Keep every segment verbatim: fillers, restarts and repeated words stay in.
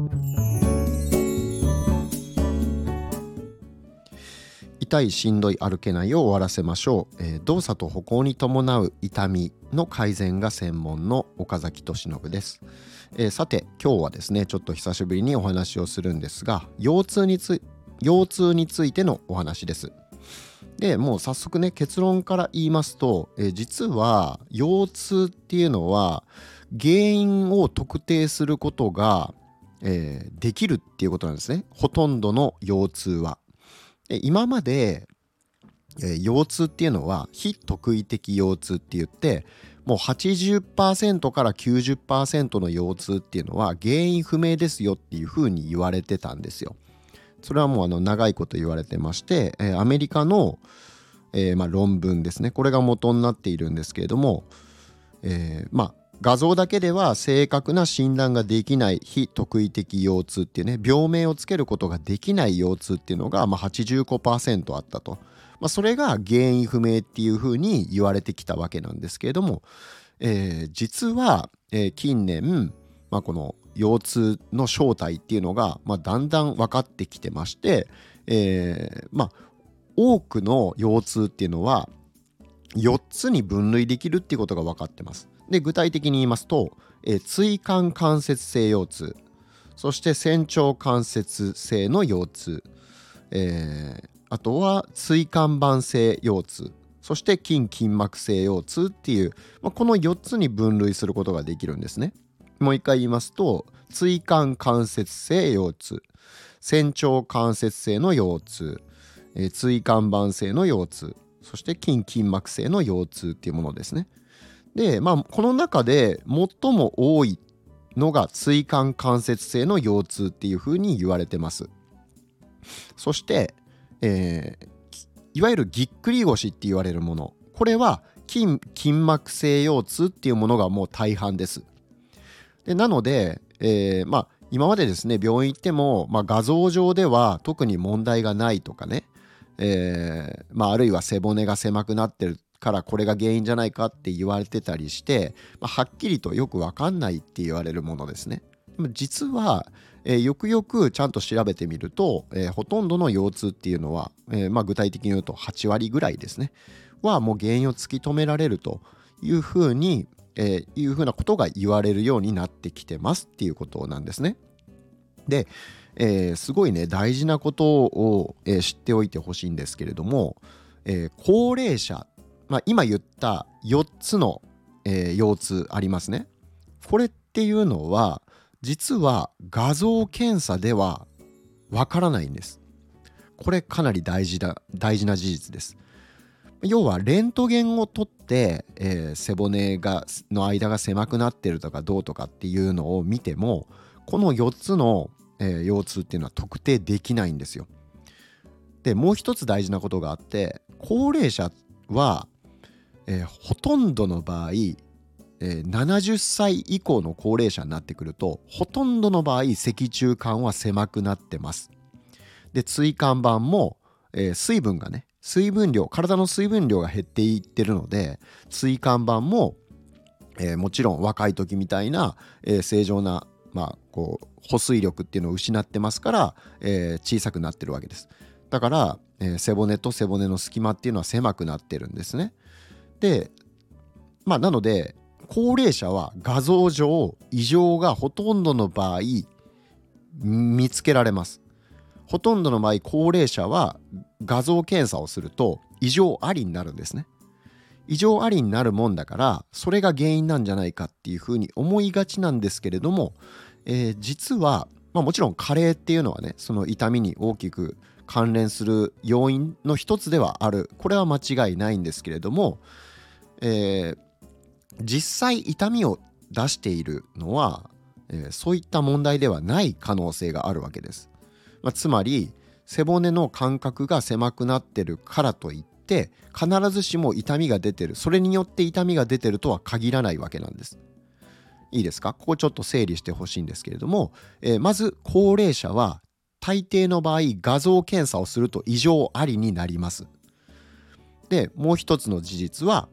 痛いしんどい歩けないを終わらせましょう、えー動作と歩行に伴う痛みの改善が専門の岡崎俊信です、えーさて今日はですねちょっと久しぶりにお話をするんですが腰痛につい腰痛についてのお話です。でもう早速ね結論から言いますと、えー実は腰痛っていうのは原因を特定することが、えーできるっていうことなんですね。ほとんどの腰痛は。で今まで、えー腰痛っていうのは非特異的腰痛って言ってもう はちじゅっパーセント から きゅうじゅっパーセント の腰痛っていうのは原因不明ですよっていうふうに言われてたんですよ。それはもうあの長いこと言われてまして、えーアメリカの、えーまあ、論文ですね、これが元になっているんですけれども、えーまあ画像だけでは正確な診断ができない非特異的腰痛っていうね病名をつけることができない腰痛っていうのが、まあ、はちじゅうごパーセント あったと、まあ、それが原因不明っていうふうに言われてきたわけなんですけれども、えー実は、えー近年、まあ、この腰痛の正体っていうのが、まあ、だんだん分かってきてまして、えーまあ多くの腰痛っていうのはよっつに分類できるっていうことが分かってます。で具体的に言いますと、えー椎間関節性腰痛、そして仙腸関節性の腰痛、えーあとは椎間板性腰痛、そして筋筋膜性腰痛っていう、まあ、このよっつに分類することができるんですね。もう一回言いますと椎間関節性腰痛、仙腸関節性の腰痛、えー椎間板性の腰痛、そして筋筋膜性の腰痛っていうものですね。でまあこの中で最も多いのが椎間関節性の腰痛っていうふうに言われてます。そして、えーいわゆるぎっくり腰って言われるもの、これは筋筋膜性腰痛っていうものがもう大半です。でなので、えーまあ今までですね病院行っても、まあ、画像上では特に問題がないとかね、えーまあ、あるいは背骨が狭くなってるからこれが原因じゃないかって言われてたりして、まあ、はっきりとよく分かんないって言われるものですね。でも実は、えーよくよくちゃんと調べてみると、えーほとんどの腰痛っていうのは、えーまあ、具体的に言うとはちわりぐらいですねはもう原因を突き止められるというふうに、えーいうふうなことが言われるようになってきてますっていうことなんですね。で、えーすごいね大事なことを、えー知っておいてほしいんですけれども、えー高齢者、まあ、今言ったよっつの、えー腰痛ありますね。これっていうのは実は画像検査ではわからないんです。これかなり大事だ大事な事実です。要はレントゲンを取って、えー背骨がの間が狭くなってるとかどうとかっていうのを見てもこのよっつの、えー腰痛っていうのは特定できないんですよ。でもう一つ大事なことがあって高齢者は、えーほとんどの場合、えーななじゅっさい以降の高齢者になってくるとほとんどの場合脊柱管は狭くなってます。で椎間板も、えー水分がね水分量体の水分量が減っていってるので椎間板も、えーもちろん若い時みたいな、えー正常な、まあ、こう保水力っていうのを失ってますから、えー小さくなってるわけです。だから、えー背骨と背骨の隙間っていうのは狭くなってるんですね。でまあなので高齢者は画像上異常がほとんどの場合見つけられます。ほとんどの場合高齢者は画像検査をすると異常ありになるんですね。異常ありになるもんだからそれが原因なんじゃないかっていうふうに思いがちなんですけれども、えー実は、まあ、もちろん加齢っていうのはねその痛みに大きく関連する要因の一つではある、これは間違いないんですけれども、えー実際痛みを出しているのは、えーそういった問題ではない可能性があるわけです。まあ、つまり背骨の間隔が狭くなってるからといって必ずしも痛みが出てる、それによって痛みが出てるとは限らないわけなんです。いいですか、ここちょっと整理してほしいんですけれども、えーまず高齢者は大抵の場合画像検査をすると異常ありになります。でもう一つの事実は、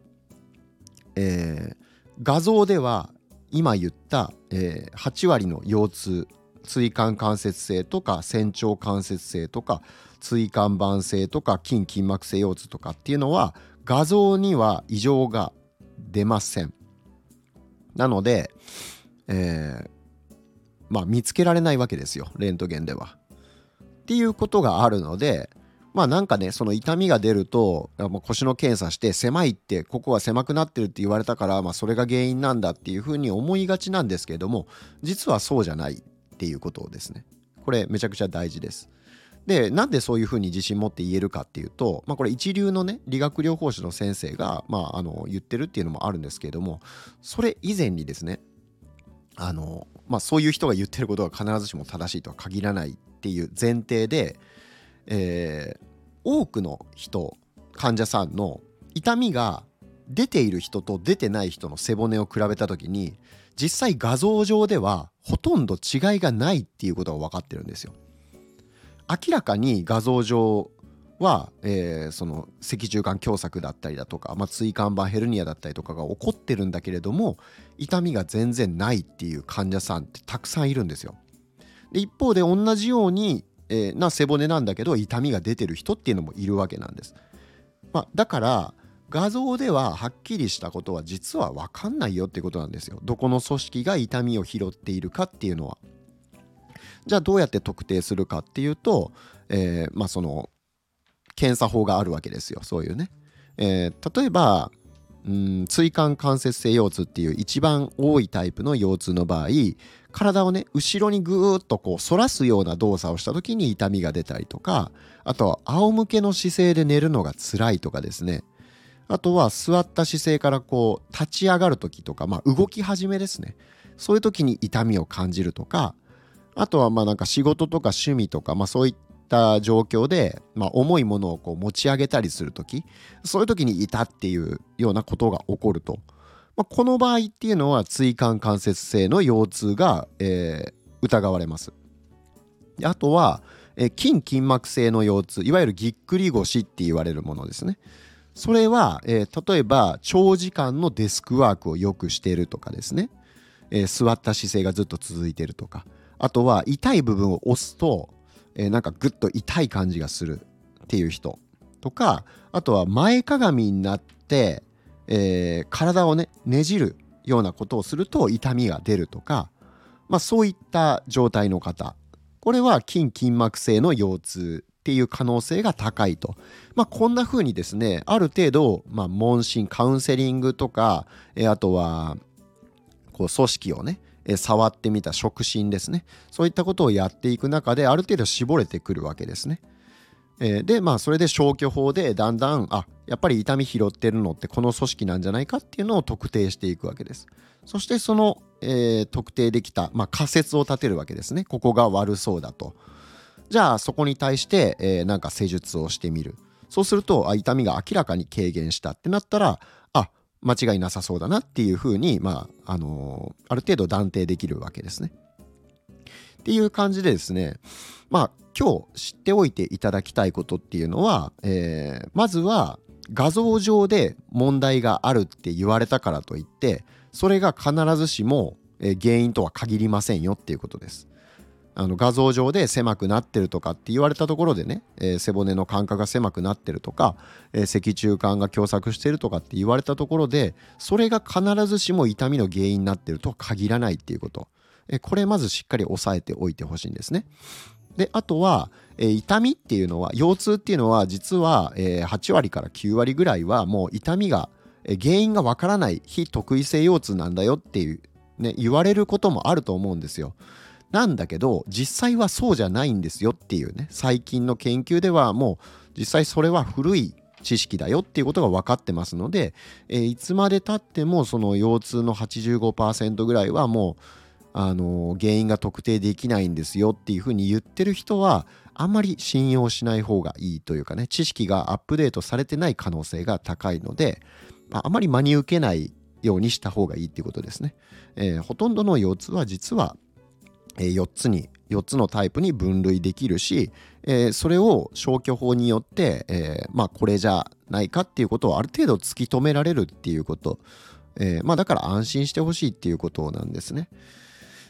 えー画像では今言った、えーはちわりの腰痛椎間関節性とか仙腸関節性とか椎間板性とか筋筋膜性腰痛とかっていうのは画像には異常が出ません。なので、えー、まあ見つけられないわけですよ、レントゲンでは。っていうことがあるので、まあなんかね、その痛みが出るともう腰の検査して狭いって、ここは狭くなってるって言われたから、まあそれが原因なんだっていうふうに思いがちなんですけれども、実はそうじゃないっていうことですね。これめちゃくちゃ大事です。で、なんでそういうふうに自信持って言えるかっていうと、まあこれ一流のね理学療法士の先生がまああの言ってるっていうのもあるんですけれども、それ以前にですね、あのまあそういう人が言ってることが必ずしも正しいとは限らないっていう前提で、えー、多くの人患者さんの痛みが出ている人と出てない人の背骨を比べた時に、実際画像上ではほとんど違いがないっていうことが分かってるんですよ。明らかに画像上は、えー、その脊柱管狭窄だったりだとか、まあ、椎間板ヘルニアだったりとかが起こってるんだけれども、痛みが全然ないっていう患者さんってたくさんいるんですよ。で、一方で同じように、えー、な背骨なんだけど痛みが出てる人っていうのもいるわけなんです。まあ、だから画像でははっきりしたことは実は分かんないよってことなんですよ。どこの組織が痛みを拾っているかっていうのは。じゃあどうやって特定するかっていうと、えー、まあその検査法があるわけですよ。そういうね、えー、例えばうん椎間関節性腰痛っていう一番多いタイプの腰痛の場合、体をね後ろにぐーっとこう反らすような動作をした時に痛みが出たりとか、あとは仰向けの姿勢で寝るのが辛いとかですね、あとは座った姿勢からこう立ち上がる時とか、まあ動き始めですね、そういう時に痛みを感じるとか、あとはまあなんか仕事とか趣味とか、まあそういった状況で、まあ、重いものをこう持ち上げたりする時、そういう時に痛っていうようなことが起こると、まあ、この場合っていうのは椎間関節性の腰痛が、えー、疑われます。で、あとは、えー、筋筋膜性の腰痛、いわゆるぎっくり腰って言われるものですね。それは、えー、例えば長時間のデスクワークをよくしているとかですね、えー、座った姿勢がずっと続いているとか、あとは痛い部分を押すと、えー、なんかグッと痛い感じがするっていう人とか、あとは前かがみになって、えー、体をねねじるようなことをすると痛みが出るとか、まあそういった状態の方、これは筋筋膜性の腰痛っていう可能性が高いと。まあこんな風にですね、ある程度、まあ、問診カウンセリングとか、えー、あとはこう組織をねえ触ってみた触診ですね、そういったことをやっていく中である程度絞れてくるわけですね。えー、でまあそれで消去法でだんだん、あ、やっぱり痛み拾ってるのってこの組織なんじゃないかっていうのを特定していくわけです。そしてその、えー、特定できた、まあ、仮説を立てるわけですね。ここが悪そうだと。じゃあそこに対して、えー、なんか施術をしてみる。そうすると、あ、痛みが明らかに軽減したってなったら、あ、間違いなさそうだなっていうふうに、まああのー、ある程度断定できるわけですね。っていう感じでですね、まあ今日知っておいていただきたいことっていうのは、えー、まずは画像上で問題があるって言われたからといってそれが必ずしも原因とは限りませんよっていうことです。あの画像上で狭くなってるとかって言われたところでね、えー、背骨の間隔が狭くなってるとか、えー、脊柱管が狭窄してるとかって言われたところでそれが必ずしも痛みの原因になってるとは限らないっていうこと、えー、これまずしっかり押さえておいてほしいんですね。で、あとは、えー、痛みっていうのは腰痛っていうのは実は、えー、はち割からきゅう割ぐらいはもう痛みが、えー、原因がわからない非特異性腰痛なんだよっていう、ね、言われることもあると思うんですよ。なんだけど実際はそうじゃないんですよっていうね、最近の研究ではもう実際それは古い知識だよっていうことが分かってますので、えー、いつまでたってもその腰痛の はちじゅうごパーセント ぐらいはもうあのー、原因が特定できないんですよっていうふうに言ってる人はあんまり信用しない方がいいというかね、知識がアップデートされてない可能性が高いので、まあ、あまり真に受けないようにした方がいいっていうことですね。えー、ほとんどの腰痛は実はよっつによっつのタイプに分類できるし、えー、それを消去法によって、えー、まあこれじゃないかっていうことをある程度突き止められるっていうこと、えー、まあだから安心してほしいっていうことなんですね。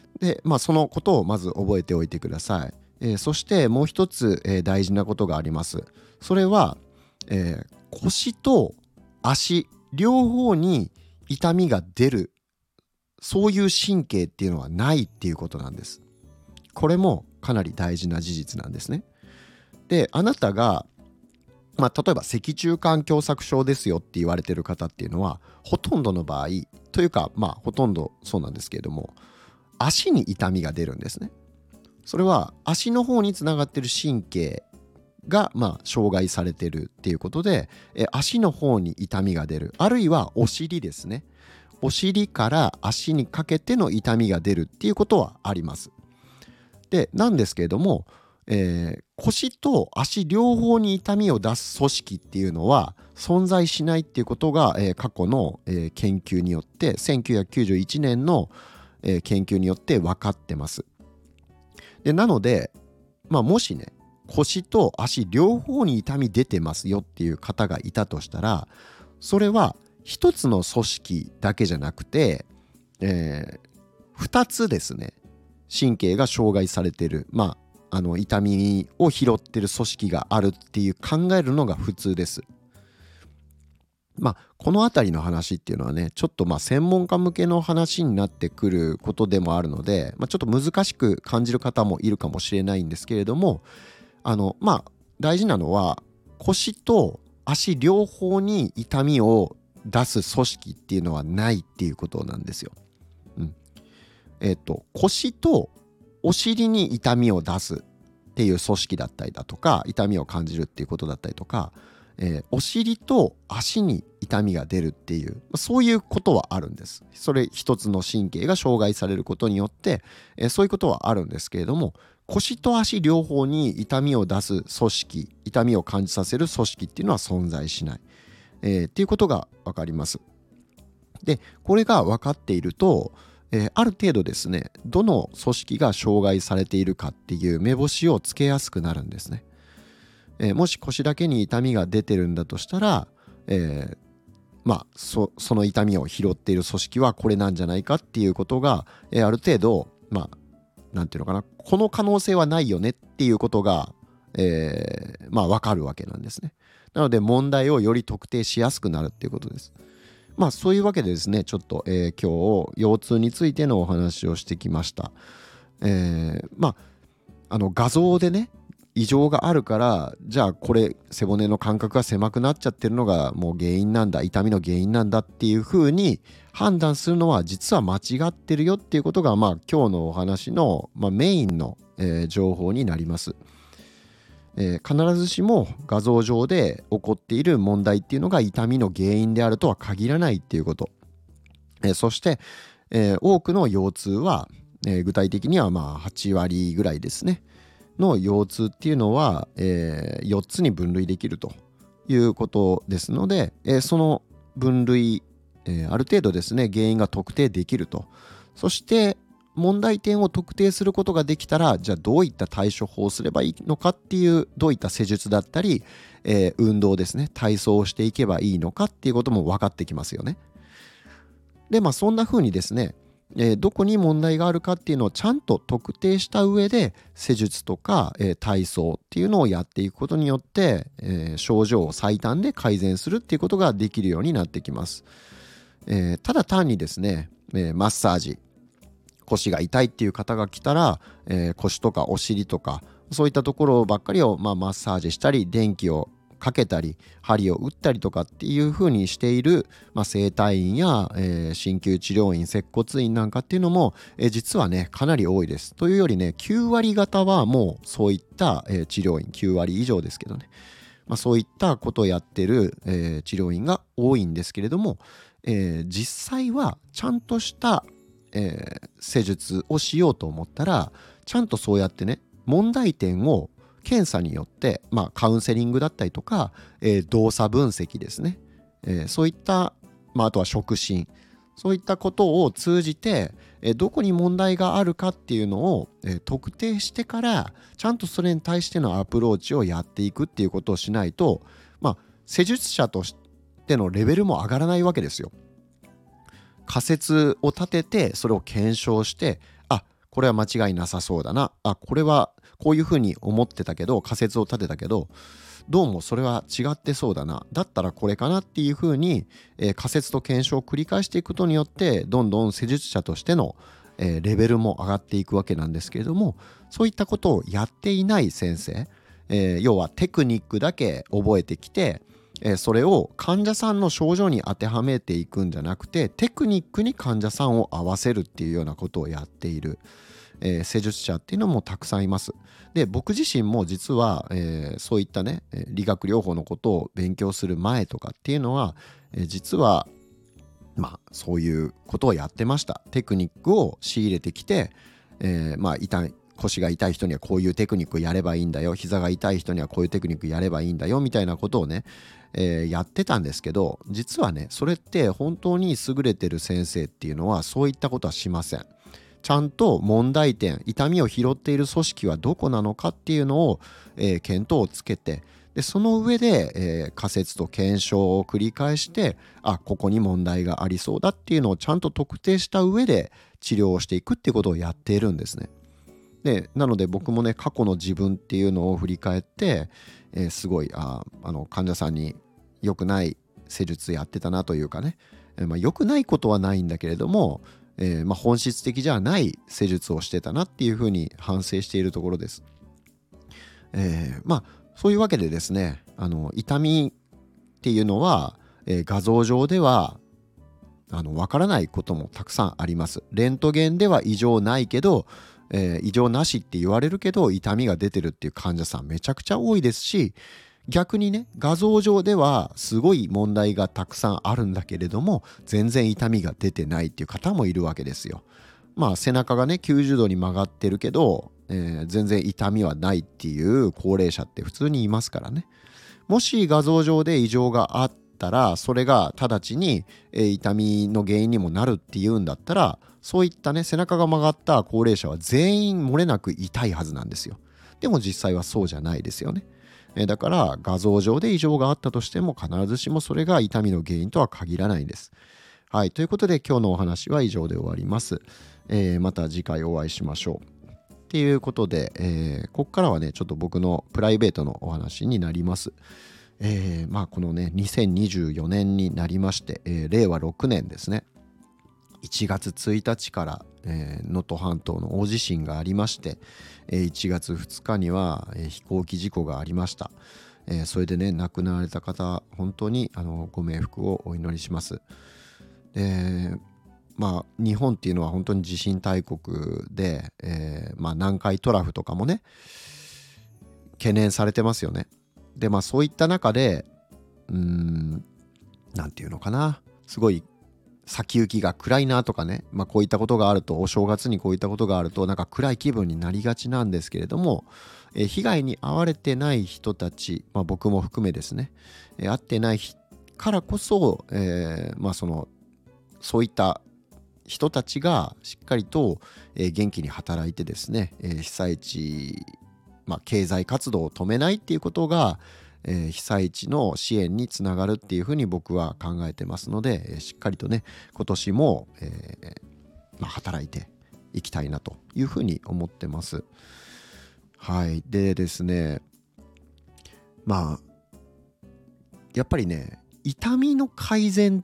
で、まあ、そのことをまず覚えておいてください。えーそしてもう一つ、えー大事なことがあります。それは、えー腰と足両方に痛みが出る、そういう神経っていうのはないっていうことなんです。これもかなり大事な事実なんですね。で、あなたが、まあ、例えば脊柱管狭窄症ですよって言われてる方っていうのは、ほとんどの場合というか、まあほとんどそうなんですけれども、足に痛みが出るんですね。それは足の方につながってる神経が、まあ、障害されてるっていうことで、え足の方に痛みが出る、あるいはお尻ですね。お尻から足にかけての痛みが出るっていうことはあります。で、なんですけれども、えー腰と足両方に痛みを出す組織っていうのは存在しないっていうことが、えー過去の、えー研究によってせんきゅうひゃくきゅうじゅういちねんの、えー研究によって分かってます。で、なので、まあ、もしね、腰と足両方に痛み出てますよっていう方がいたとしたら、それは一つの組織だけじゃなくて、えー、二つですね、神経が障害されている、まあ、あの痛みを拾ってる組織があるっていう考えるのが普通です。まあ、この辺りの話っていうのはね、ちょっとまあ専門家向けの話になってくることでもあるので、まあ、ちょっと難しく感じる方もいるかもしれないんですけれども、あのまあ大事なのは腰と足両方に痛みを出す組織っていうのはないっていうことなんですよ。うん、えっと腰とお尻に痛みを出すっていう組織だったりだとか、痛みを感じるっていうことだったりとか、えーお尻と足に痛みが出るっていう、そういうことはあるんです。それ一つの神経が障害されることによって、えーそういうことはあるんですけれども、腰と足両方に痛みを出す組織、痛みを感じさせる組織っていうのは存在しない、えーっていうことが分かります。で、これが分かっていると、えーある程度ですね、どの組織が障害されているかっていう目星をつけやすくなるんですね。えーもし腰だけに痛みが出てるんだとしたら、えーまあそ、その痛みを拾っている組織はこれなんじゃないかっていうことが、えーある程度、まあ、なんていうのかな、この可能性はないよねっていうことが、えーまあ、わかるわけなんですね。なので問題をより特定しやすくなるっていうことです。まあそういうわけでですね、ちょっと、えー今日腰痛についてのお話をしてきました。えーまああの画像でね、異常があるから、じゃあこれ背骨の間隔が狭くなっちゃってるのがもう原因なんだ、痛みの原因なんだっていうふうに判断するのは実は間違ってるよっていうことが、まあ今日のお話の、まあ、メインの、えー情報になります。えー必ずしも画像上で起こっている問題っていうのが痛みの原因であるとは限らないっていうこと。えーそして、えー多くの腰痛は、えー具体的にはまあはち割ぐらいですねの腰痛っていうのは、えーよっつに分類できるということですので、えーその分類、えーある程度ですね原因が特定できると。そして問題点を特定することができたら、じゃあどういった対処法をすればいいのかっていう、どういった施術だったり、えー運動ですね、体操をしていけばいいのかっていうことも分かってきますよね。で、まあそんな風にですね、えーどこに問題があるかっていうのをちゃんと特定した上で施術とか、えー体操っていうのをやっていくことによって、えー症状を最短で改善するっていうことができるようになってきます。えーただ単にですね、えーマッサージ、腰が痛いっていう方が来たら、えー腰とかお尻とかそういったところばっかりを、まあ、マッサージしたり電気をかけたり針を打ったりとかっていう風にしている、まあ、整体院や、えー鍼灸治療院、接骨院なんかっていうのも、えー実はねかなり多いです。というよりねきゅう割方はもうそういった、えー治療院、きゅう割以上ですけどね、まあ、そういったことをやってる、えー治療院が多いんですけれども、えー実際はちゃんとした、えー施術をしようと思ったら、ちゃんとそうやってね問題点を検査によって、まあ、カウンセリングだったりとか、えー動作分析ですね、えーそういった、まあ、あとは触診、そういったことを通じて、えーどこに問題があるかっていうのを、えー特定してから、ちゃんとそれに対してのアプローチをやっていくっていうことをしないと、まあ、施術者としてのレベルも上がらないわけですよ。仮説を立ててそれを検証して、あ、 これは間違いなさそうだな、あこれはこういうふうに思ってたけど仮説を立てたけどどうもそれは違ってそうだな、だったらこれかなっていうふうに、えー仮説と検証を繰り返していくことによってどんどん施術者としての、えーレベルも上がっていくわけなんですけれども、そういったことをやっていない先生、えー要はテクニックだけ覚えてきて、えーそれを患者さんの症状に当てはめていくんじゃなくてテクニックに患者さんを合わせるっていうようなことをやっている、えー施術者っていうのもたくさんいます。で僕自身も実は、えーそういったねえー理学療法のことを勉強する前とかっていうのは、えー実はまあそういうことをやってました。テクニックを仕入れてきて、えーまあ痛い腰が痛い人にはこういうテクニックをやればいいんだよ、膝が痛い人にはこういうテクニックやればいいんだよみたいなことをね、えーやってたんですけど、実はねそれって本当に優れてる先生っていうのはそういったことはしません。ちゃんと問題点、痛みを拾っている組織はどこなのかっていうのを、えー見当をつけて、でその上で、えー仮説と検証を繰り返して、あここに問題がありそうだっていうのをちゃんと特定した上で治療をしていくっていうことをやっているんですね。でなので僕もね過去の自分っていうのを振り返って、えーすごいああの患者さんに良くない施術やってたなというかね、えーまあ、良くないことはないんだけれども、えーまあ、本質的じゃない施術をしてたなっていうふうに反省しているところです。えーまあそういうわけでですね、あの痛みっていうのは、えー画像上ではあの分からないこともたくさんあります。レントゲンでは異常ないけど、えー異常なしって言われるけど痛みが出てるっていう患者さんめちゃくちゃ多いですし、逆にね画像上ではすごい問題がたくさんあるんだけれども全然痛みが出てないっていう方もいるわけですよ。まあ背中がねきゅうじゅうどに曲がってるけど、えー全然痛みはないっていう高齢者って普通にいますからね。もし画像上で異常があったらそれが直ちに、えー痛みの原因にもなるっていうんだったら、そういったね背中が曲がった高齢者は全員漏れなく痛いはずなんですよ。でも実際はそうじゃないですよね。えーだから画像上で異常があったとしても必ずしもそれが痛みの原因とは限らないんです。はい、ということで今日のお話は以上で終わります。えーまた次回お会いしましょう。っていうことで、えーここからはねちょっと僕のプライベートのお話になります。えーまあこのねにせんにじゅうよねんになりまして、えーれいわろくねんですね。いちがつついたちから能登、えー能登半島の大地震がありまして、えーいちがつふつかには、えー飛行機事故がありました。えーそれでね亡くなられた方本当にあのご冥福をお祈りします。でまあ日本っていうのは本当に地震大国で、えーまあ、南海トラフとかもね懸念されてますよね。でまあそういった中でうーんなんていうのかな、すごい先行きが暗いなとかね、まあ、こういったことがあるとお正月にこういったことがあるとなんか暗い気分になりがちなんですけれども、えー被害に遭われてない人たち、まあ、僕も含めですね、えー遭ってないひからこそ、えーまあそのそういった人たちがしっかりと、えー元気に働いてですね、えー被災地、まあ、経済活動を止めないっていうことが、えー被災地の支援につながるっていうふうに僕は考えてますので、えーしっかりとね今年も、えーまあ、働いていきたいなというふうに思ってます。はい。でですね、まあやっぱりね痛みの改善って、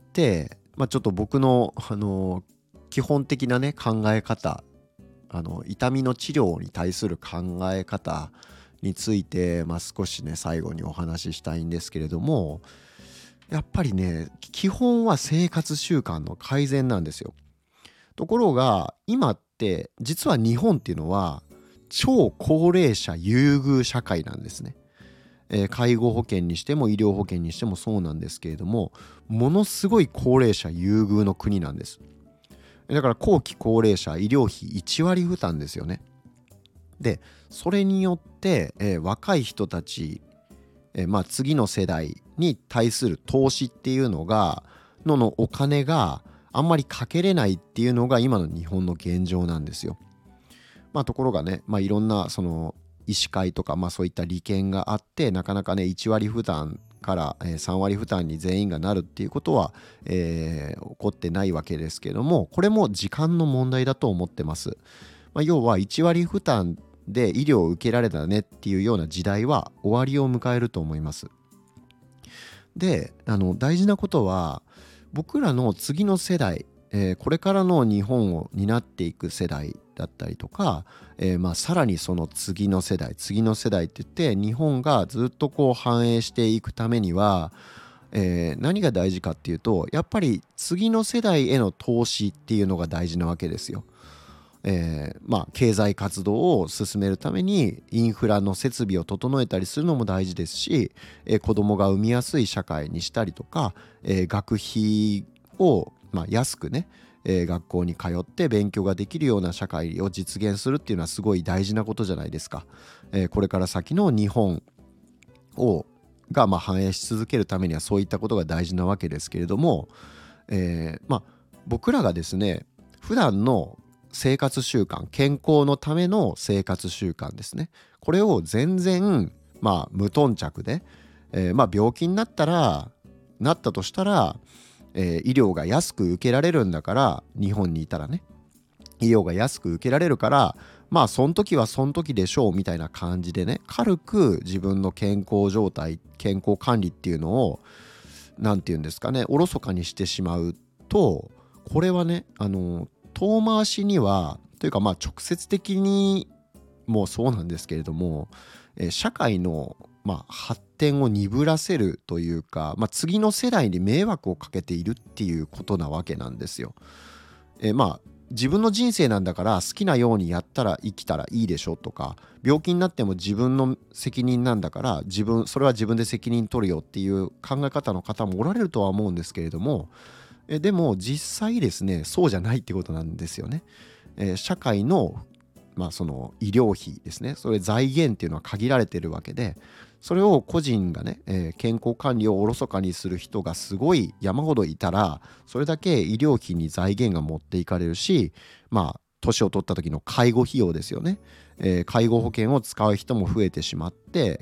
まあ、ちょっと僕の、あの基本的なね考え方、あの痛みの治療に対する考え方について、まあ、少しね最後にお話ししたいんですけれども、やっぱりね基本は生活習慣の改善なんですよ。ところが今って実は日本っていうのは超高齢者優遇社会なんですね。えー介護保険にしても医療保険にしてもそうなんですけれども、ものすごい高齢者優遇の国なんです。だから後期高齢者医療費いちわり負担ですよね。でそれによって、えー若い人たち、えーまあ、次の世代に対する投資っていうのがののお金があんまりかけれないっていうのが今の日本の現状なんですよ。まあところがね、まあ、いろんなその医師会とか、まあ、そういった利権があってなかなかねいちわり負担から、えーさんわり負担に全員がなるっていうことは、えー起こってないわけですけども、これも時間の問題だと思ってます。 まあ、要はいち割負担で医療を受けられたねっていうような時代は終わりを迎えると思います。で、あの大事なことは、僕らの次の世代、えーこれからの日本を担っていく世代だったりとか、えーまあさらにその次の世代次の世代って言って日本がずっとこう繁栄していくためには、えー何が大事かっていうと、やっぱり次の世代への投資っていうのが大事なわけですよ。えーまあ、経済活動を進めるためにインフラの設備を整えたりするのも大事ですし、えー子供が産みやすい社会にしたりとか、えー学費を、まあ、安くね、えー学校に通って勉強ができるような社会を実現するっていうのはすごい大事なことじゃないですか。えーこれから先の日本をがまあ反映し続けるためにはそういったことが大事なわけですけれども、えーまあ、僕らがですね、普段の生活習慣、健康のための生活習慣ですね、これを全然まあ無頓着で、えーまあ病気になったらなったとしたら、えー医療が安く受けられるんだから、日本にいたらね、医療が安く受けられるから、まあその時はその時でしょうみたいな感じでね、軽く自分の健康状態、健康管理っていうのをなんて言うんですかね、おろそかにしてしまうと、これはね、あの遠回しにはというか、まあ直接的にもそうなんですけれども、えー社会のまあ発展を鈍らせるというか、まあ、次の世代に迷惑をかけているっていうことなわけなんですよ。えーまあ自分の人生なんだから好きなようにやったら生きたらいいでしょとか、病気になっても自分の責任なんだから自分それは自分で責任取るよっていう考え方の方もおられるとは思うんですけれども、えでも実際ですね、そうじゃないってことなんですよね。えー社会のまあその医療費ですね、それ財源っていうのは限られてるわけで、それを個人がね、えー健康管理をおろそかにする人がすごい山ほどいたら、それだけ医療費に財源が持っていかれるし、まあ年を取った時の介護費用ですよね、えー介護保険を使う人も増えてしまって、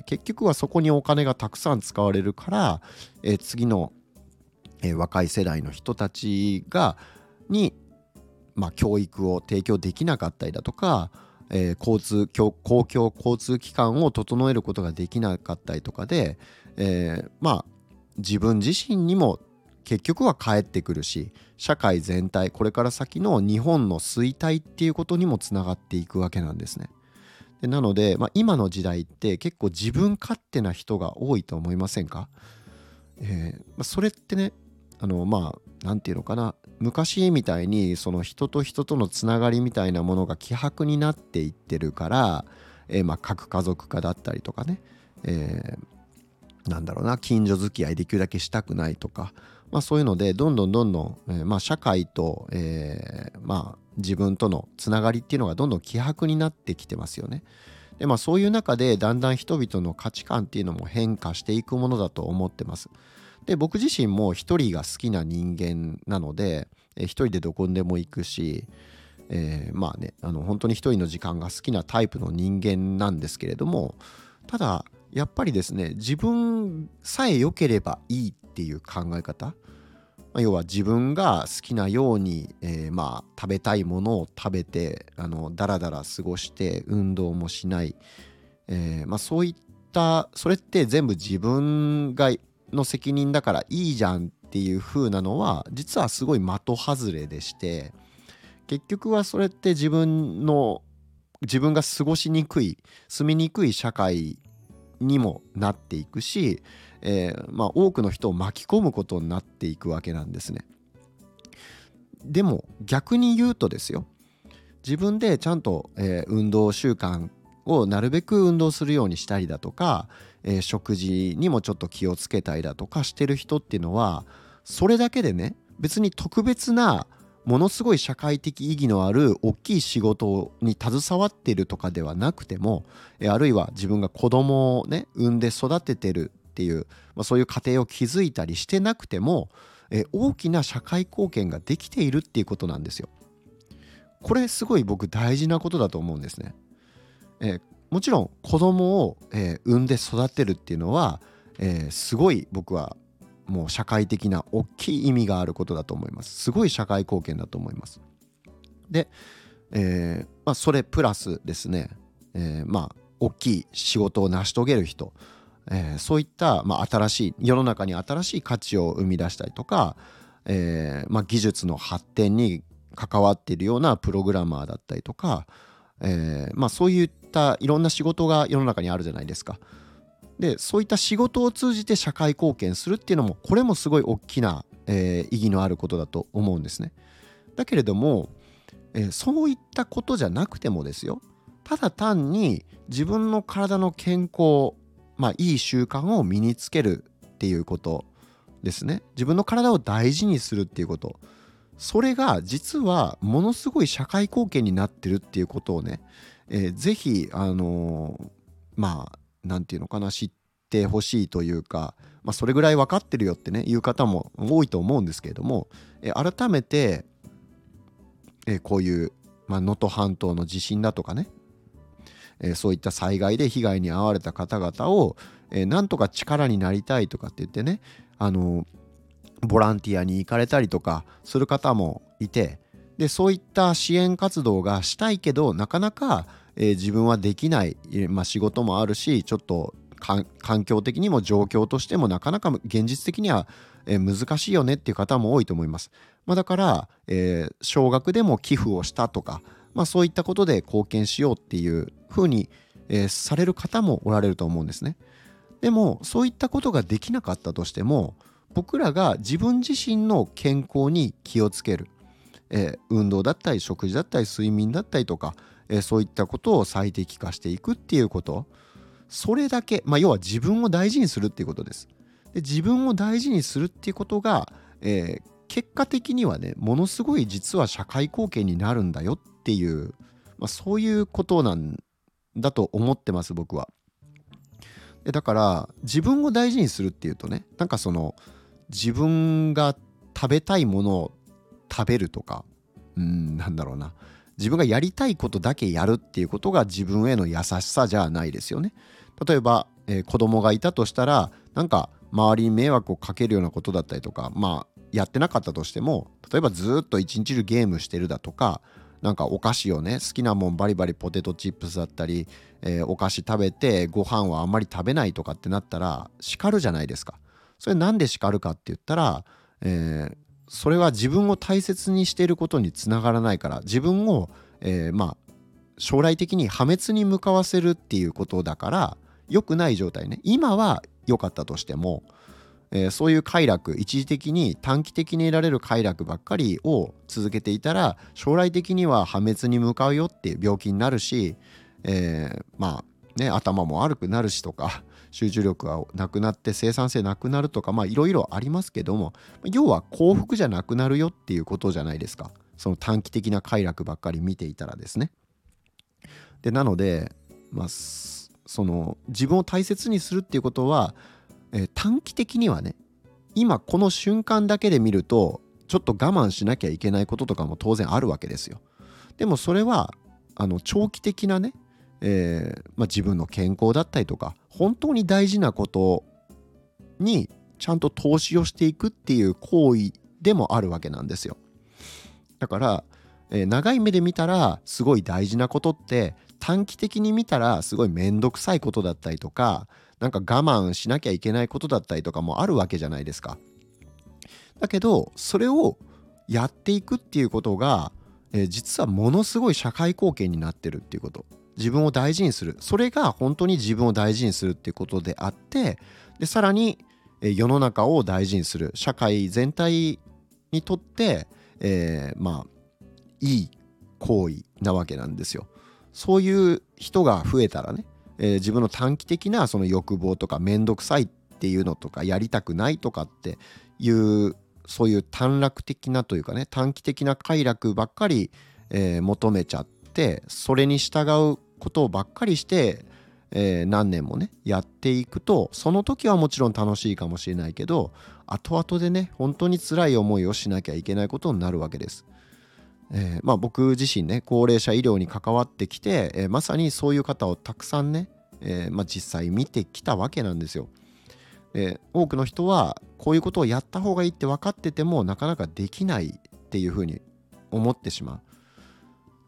結局はそこにお金がたくさん使われるから、えー次の、えー若い世代の人たちがにまあ、教育を提供できなかったりだとか、えー交通公公共交通機関を整えることができなかったりとかで、えーまあ自分自身にも結局は返ってくるし、社会全体、これから先の日本の衰退っていうことにもつながっていくわけなんですね。でなので、まあ、今の時代って結構自分勝手な人が多いと思いませんか？えーまあ、それってね、あのまあなんていうのかな、昔みたいにその人と人とのつながりみたいなものが希薄になっていってるから、えーまあ核家族化だったりとかね、えーなんだろうな、近所付き合いできるだけしたくないとか、まあ、そういうのでどんどんどんどん、えーまあ、社会と、えーまあ、自分とのつながりっていうのがどんどん希薄になってきてますよね。でまあそういう中でだんだん人々の価値観っていうのも変化していくものだと思ってます。で僕自身も一人が好きな人間なので、えー一人でどこにでも行くし、えーまあね、あの本当に一人の時間が好きなタイプの人間なんですけれども、ただやっぱりですね、自分さえ良ければいいっていう考え方、まあ要は自分が好きなように、えーまあ食べたいものを食べて、あのダラダラ過ごして運動もしない、えーまあ、そういったそれって全部自分がの責任だからいいじゃんっていう風なのは実はすごい的外れでして、結局はそれって自分の自分が過ごしにくい住みにくい社会にもなっていくし、えーまあ、多くの人を巻き込むことになっていくわけなんですね。でも逆に言うとですよ、自分でちゃんと、えー運動習慣をなるべく運動するようにしたりだとか、えー食事にもちょっと気をつけたりだとかしてる人っていうのは、それだけでね、別に特別なものすごい社会的意義のある大きい仕事に携わっているとかではなくても、えーあるいは自分が子供をね産んで育ててるっていう、まあ、そういう家庭を築いたりしてなくても、えー大きな社会貢献ができているっていうことなんですよ。これすごい僕大事なことだと思うんですね。えーもちろん子供を、えー産んで育てるっていうのは、えーすごい僕はもう社会的な大きい意味があることだと思います。すごい社会貢献だと思います。で、 えーまあ、それプラスですね、えーまあ大きい仕事を成し遂げる人、えーそういった、まあ、新しい世の中に新しい価値を生み出したりとか、えーまあ、技術の発展に関わっているようなプログラマーだったりとか、えーまあ、そういったいろんな仕事が世の中にあるじゃないですか。でそういった仕事を通じて社会貢献するっていうのも、これもすごい大きな、えー意義のあることだと思うんですね。だけれども、えーそういったことじゃなくてもですよ、ただ単に自分の体の健康、まあいい習慣を身につけるっていうことですね。自分の体を大事にするっていうこと、それが実はものすごい社会貢献になってるっていうことをね、えーぜひあのーまあなんていうのかな、知ってほしいというか、まあ、それぐらい分かってるよってねいう方も多いと思うんですけれども、えー改めて、えーこういうまあ能登半島の地震だとかね、えーそういった災害で被害に遭われた方々を、えーなんとか力になりたいとかって言ってね、あのーボランティアに行かれたりとかする方もいて、でそういった支援活動がしたいけどなかなか、えー自分はできない、えーまあ、仕事もあるし、ちょっとかん環境的にも状況としてもなかなか現実的には、えー難しいよねっていう方も多いと思います。まあ、だから、えー少額でも寄付をしたとか、まあ、そういったことで貢献しようっていうふうに、えーされる方もおられると思うんですね。でもそういったことができなかったとしても、僕らが自分自身の健康に気をつける、えー運動だったり食事だったり睡眠だったりとか、えーそういったことを最適化していくっていうこと、それだけ、まあ、要は自分を大事にするっていうことです。で自分を大事にするっていうことが、えー結果的にはね、ものすごい実は社会貢献になるんだよっていう、まあ、そういうことなんだと思ってます、僕は。でだから自分を大事にするっていうとね、なんかその自分が食べたいものを食べるとか、うーんなんだろうな、自分がやりたいことだけやるっていうことが自分への優しさじゃないですよね。例えば、えー子供がいたとしたら、なんか周りに迷惑をかけるようなことだったりとか、まあやってなかったとしても、例えばずっと一日中ゲームしてるだとか、なんかお菓子をね、好きなもんバリバリポテトチップスだったり、えーお菓子食べてご飯はあんまり食べないとかってなったら叱るじゃないですか。それなんで叱るかって言ったら、えーそれは自分を大切にしていることにつながらないから、自分を、えーまあ将来的に破滅に向かわせるっていうことだから、良くない状態ね、今は良かったとしても、えーそういう快楽、一時的に短期的に得られる快楽ばっかりを続けていたら、将来的には破滅に向かうよっていう病気になるし、えーまあね、頭も悪くなるしとか、集中力がなくなって生産性なくなるとか、まあいろいろありますけども、要は幸福じゃなくなるよっていうことじゃないですか。その短期的な快楽ばっかり見ていたらですね。でなので、まあ、その自分を大切にするっていうことは、えー短期的にはね、今この瞬間だけで見るとちょっと我慢しなきゃいけないこととかも当然あるわけですよ。でもそれはあの長期的なね、えーまあ、自分の健康だったりとか本当に大事なことにちゃんと投資をしていくっていう行為でもあるわけなんですよ。だから、えー長い目で見たらすごい大事なことって、短期的に見たらすごい面倒くさいことだったりとか、なんか我慢しなきゃいけないことだったりとかもあるわけじゃないですか。だけどそれをやっていくっていうことが、えー実はものすごい社会貢献になってるっていうこと、自分を大事にする、それが本当に自分を大事にするっていうことであって、でさらに、えー世の中を大事にする、社会全体にとって、えーまあいい行為なわけなんですよ。そういう人が増えたらね、えー自分の短期的なその欲望とかめんどくさいっていうのとかやりたくないとかっていう、そういう短絡的なというかね、短期的な快楽ばっかり、えー求めちゃって、それに従うことばっかりして、えー何年もねやっていくと、その時はもちろん楽しいかもしれないけど、後々でね本当に辛い思いをしなきゃいけないことになるわけです。えーまあ、僕自身ね高齢者医療に関わってきて、えーまさにそういう方をたくさんね、えーまあ、実際見てきたわけなんですよ。で多くの人はこういうことをやった方がいいって分かっててもなかなかできないっていうふうに思ってしまう。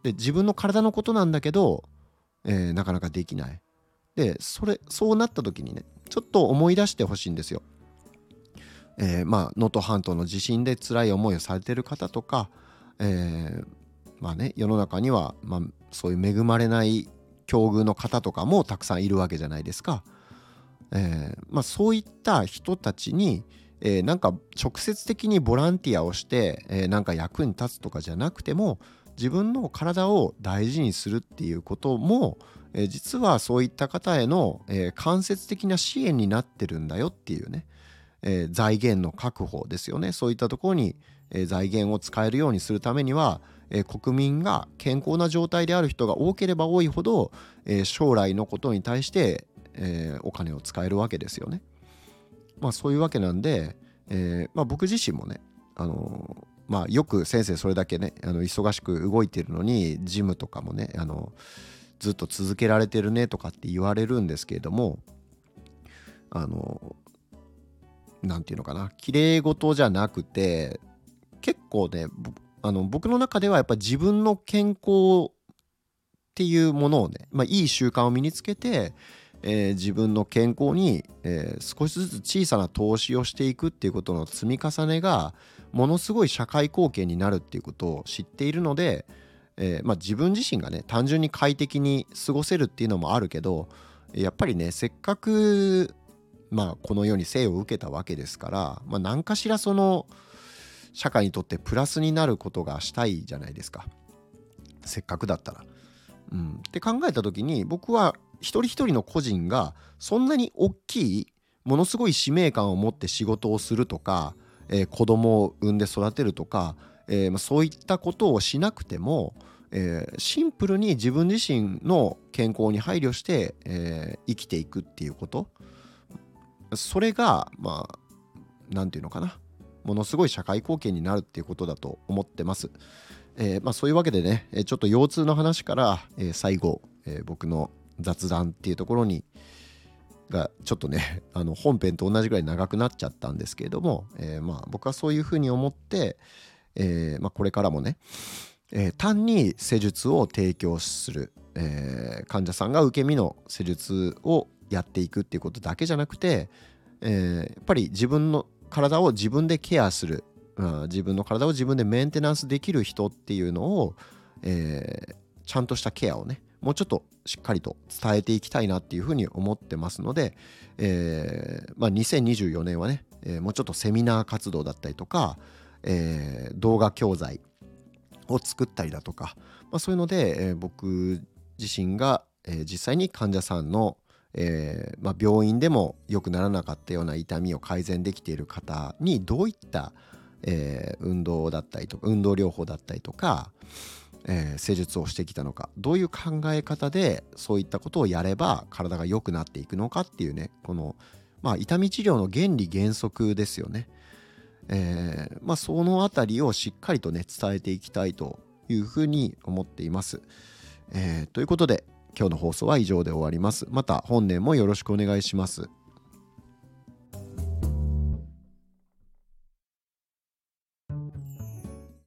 で自分の体のことなんだけど、えーなかなかできない。でそれそうなった時にね、ちょっと思い出してほしいんですよ。えーまあ能登半島の地震で辛い思いをされてる方とか、えーまあね世の中には、まあ、そういう恵まれない境遇の方とかもたくさんいるわけじゃないですか。えーまあ、そういった人たちに、えーなんか直接的にボランティアをして、えーなんか役に立つとかじゃなくても、自分の体を大事にするっていうことも、えー実はそういった方への、えー間接的な支援になってるんだよっていうね、えー財源の確保ですよね。そういったところに、えー財源を使えるようにするためには、えー国民が健康な状態である人が多ければ多いほど、えー将来のことに対して、えーお金を使えるわけですよね。まあそういうわけなんで、えーまあ、僕自身もね、あのーまあよく先生それだけねあの忙しく動いてるのにジムとかもねあのずっと続けられてるねとかって言われるんですけれども、あのなんていうのかな、綺麗事じゃなくて、結構ねぼあの僕の中ではやっぱ自分の健康っていうものをね、まあ、いい習慣を身につけて、えー自分の健康に、えー少しずつ小さな投資をしていくっていうことの積み重ねがものすごい社会貢献になるっていうことを知っているので、えーまあ、自分自身がね単純に快適に過ごせるっていうのもあるけど、やっぱりねせっかく、まあ、この世に生を受けたわけですから、まあ、何かしらその社会にとってプラスになることがしたいじゃないですか、せっかくだったら。うん、って考えた時に、僕は一人一人の個人がそんなに大きいものすごい使命感を持って仕事をするとか、えー子供を産んで育てるとか、えーまあ、そういったことをしなくても、えーシンプルに自分自身の健康に配慮して、えー生きていくっていうこと、それがまあなんていうのかな、ものすごい社会貢献になるっていうことだと思ってます。えーまあ、そういうわけでね、えーちょっと腰痛の話から、えー最後、えー僕の雑談っていうところにがちょっとねあの本編と同じぐらい長くなっちゃったんですけれども、えーまあ僕はそういうふうに思って、えーまあ、これからもね、えー単に施術を提供する、えー患者さんが受け身の施術をやっていくっていうことだけじゃなくて、えーやっぱり自分の体を自分でケアする、うん、自分の体を自分でメンテナンスできる人っていうのを、えーちゃんとしたケアをねもうちょっとしっかりと伝えていきたいなっていうふうに思ってますので、えーまあ、にせんにじゅうよねんはね、えーもうちょっとセミナー活動だったりとか、えー動画教材を作ったりだとか、まあ、そういうので、えー僕自身が、えー実際に患者さんの、えーまあ、病院でも良くならなかったような痛みを改善できている方にどういった、えー運動だったりとか運動療法だったりとか、えー施術をしてきたのか、どういう考え方でそういったことをやれば体が良くなっていくのかっていうね、この、まあ、痛み治療の原理原則ですよね。えーまあ、そのあたりをしっかりとね伝えていきたいというふうに思っています。えーということで今日の放送は以上で終わります。また本年もよろしくお願いします。